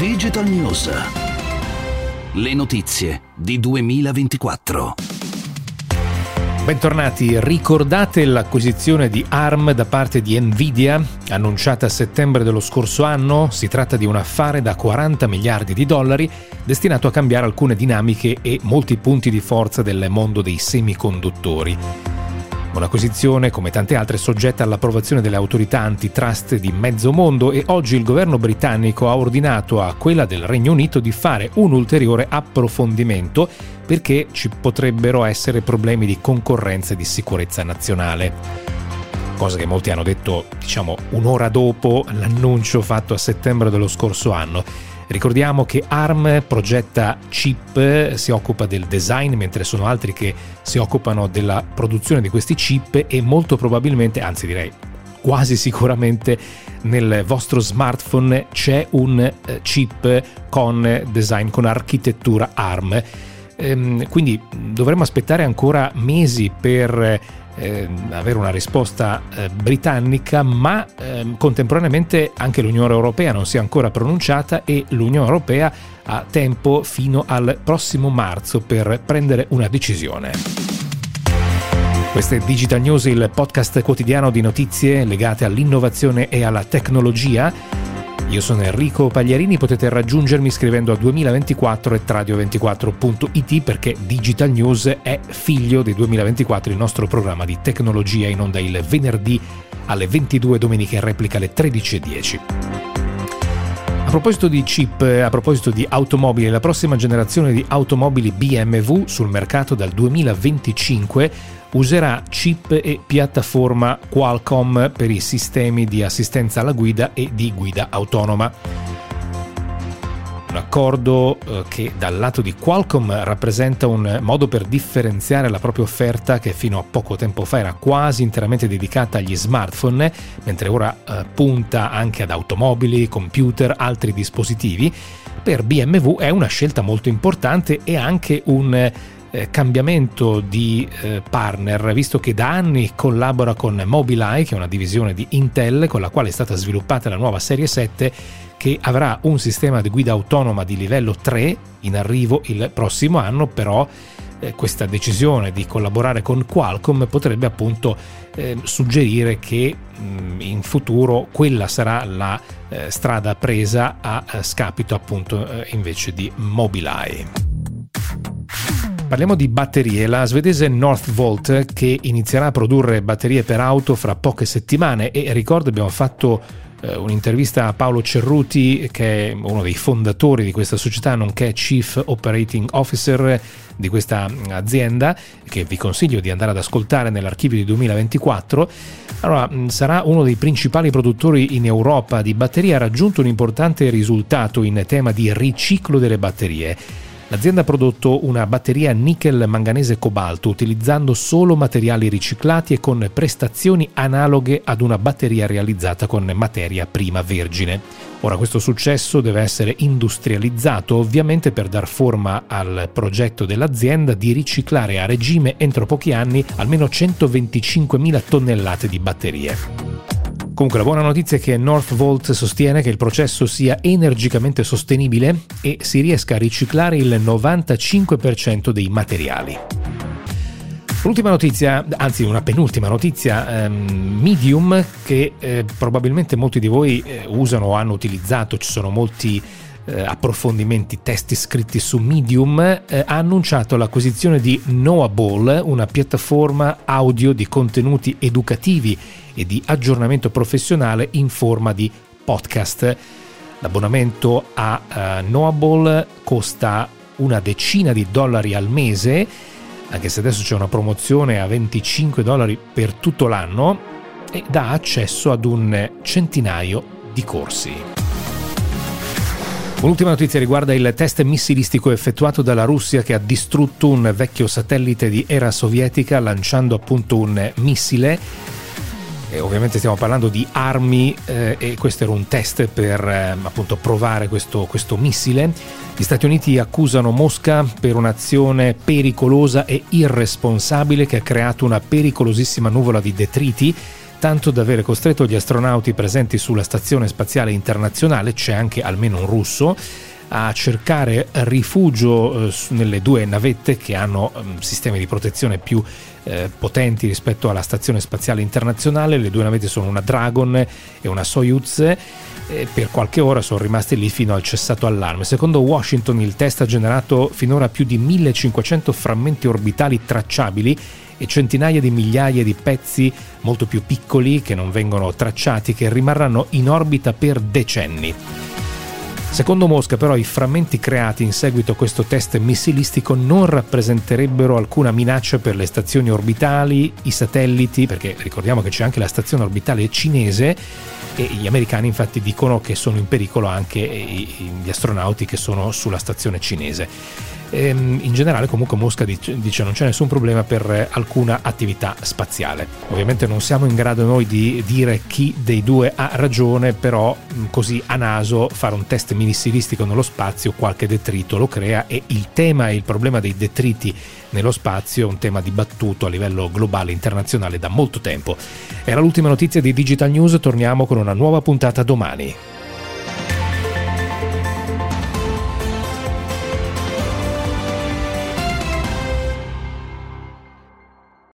Digital News. Le notizie di 2024. Bentornati, ricordate l'acquisizione di ARM da parte di Nvidia, annunciata a settembre dello scorso anno? Si tratta di un affare da 40 miliardi di dollari destinato a cambiare alcune dinamiche e molti punti di forza del mondo dei semiconduttori. Un'acquisizione, come tante altre, soggetta all'approvazione delle autorità antitrust di mezzo mondo, e oggi il governo britannico ha ordinato a quella del Regno Unito di fare un ulteriore approfondimento perché ci potrebbero essere problemi di concorrenza e di sicurezza nazionale. Cosa che molti hanno detto, un'ora dopo l'annuncio fatto a settembre dello scorso anno. Ricordiamo che ARM progetta chip, si occupa del design, mentre sono altri che si occupano della produzione di questi chip, e molto probabilmente, anzi direi quasi sicuramente, nel vostro smartphone c'è un chip con design, con architettura ARM. Quindi dovremmo aspettare ancora mesi per avere una risposta britannica, ma contemporaneamente anche l'Unione Europea non si è ancora pronunciata, e l'Unione Europea ha tempo fino al prossimo marzo per prendere una decisione. Questo è Digital News, il podcast quotidiano di notizie legate all'innovazione e alla tecnologia. Io sono Enrico Pagliarini, potete raggiungermi scrivendo a 2024@radio24.it, perché Digital News è figlio di 2024, il nostro programma di tecnologia in onda il venerdì alle 22, domenica in replica alle 13:10. A proposito di chip, a proposito di automobili, la prossima generazione di automobili BMW sul mercato dal 2025 userà chip e piattaforma Qualcomm per i sistemi di assistenza alla guida e di guida autonoma. Un accordo che dal lato di Qualcomm rappresenta un modo per differenziare la propria offerta, che fino a poco tempo fa era quasi interamente dedicata agli smartphone, mentre ora punta anche ad automobili, computer, altri dispositivi. Per BMW è una scelta molto importante e anche un cambiamento di partner, visto che da anni collabora con Mobileye, che è una divisione di Intel, con la quale è stata sviluppata la nuova serie 7, che avrà un sistema di guida autonoma di livello 3 in arrivo il prossimo anno. Però questa decisione di collaborare con Qualcomm potrebbe appunto suggerire che in futuro quella sarà la strada presa a scapito appunto invece di Mobileye. Parliamo di batterie. La svedese Northvolt, che inizierà a produrre batterie per auto fra poche settimane, e ricordo abbiamo fatto un'intervista a Paolo Cerruti, che è uno dei fondatori di questa società, nonché Chief Operating Officer di questa azienda, che vi consiglio di andare ad ascoltare nell'archivio di 2024. Allora, sarà uno dei principali produttori in Europa di batterie, ha raggiunto un importante risultato in tema di riciclo delle batterie. L'azienda ha prodotto una batteria nickel manganese cobalto utilizzando solo materiali riciclati e con prestazioni analoghe ad una batteria realizzata con materia prima vergine. Ora, questo successo deve essere industrializzato, ovviamente, per dar forma al progetto dell'azienda di riciclare a regime entro pochi anni almeno 125.000 tonnellate di batterie. Comunque la buona notizia è che Northvolt sostiene che il processo sia energicamente sostenibile e si riesca a riciclare il 95% dei materiali. L'ultima notizia, anzi una penultima notizia, Medium, che probabilmente molti di voi usano o hanno utilizzato, ci sono molti approfondimenti, testi scritti su Medium, ha annunciato l'acquisizione di Knowable, una piattaforma audio di contenuti educativi e di aggiornamento professionale in forma di podcast. L'abbonamento a Knowable costa una decina di dollari al mese, anche se adesso c'è una promozione a $25 per tutto l'anno, e dà accesso ad un centinaio di corsi. Un'ultima notizia riguarda il test missilistico effettuato dalla Russia, che ha distrutto un vecchio satellite di era sovietica lanciando appunto un missile. E ovviamente stiamo parlando di armi e questo era un test per appunto provare questo missile. Gli Stati Uniti accusano Mosca per un'azione pericolosa e irresponsabile che ha creato una pericolosissima nuvola di detriti tanto da avere costretto gli astronauti presenti sulla Stazione Spaziale Internazionale, c'è anche almeno un russo, a cercare rifugio nelle due navette che hanno sistemi di protezione più potenti rispetto alla Stazione Spaziale Internazionale. Le due navette sono una Dragon e una Soyuz. Per qualche ora sono rimasti lì fino al cessato allarme. Secondo Washington il test ha generato finora più di 1500 frammenti orbitali tracciabili e centinaia di migliaia di pezzi molto più piccoli che non vengono tracciati, che rimarranno in orbita per decenni. Secondo Mosca però i frammenti creati in seguito a questo test missilistico non rappresenterebbero alcuna minaccia per le stazioni orbitali, i satelliti, perché ricordiamo che c'è anche la stazione orbitale cinese e gli americani infatti dicono che sono in pericolo anche gli astronauti che sono sulla stazione cinese. In generale comunque Mosca dice non c'è nessun problema per alcuna attività spaziale. Ovviamente non siamo in grado noi di dire chi dei due ha ragione, però così a naso fare un test missilistico nello spazio qualche detrito lo crea, e il tema e il problema dei detriti nello spazio è un tema dibattuto a livello globale internazionale da molto tempo. Era l'ultima notizia di Digital News, torniamo con una nuova puntata domani.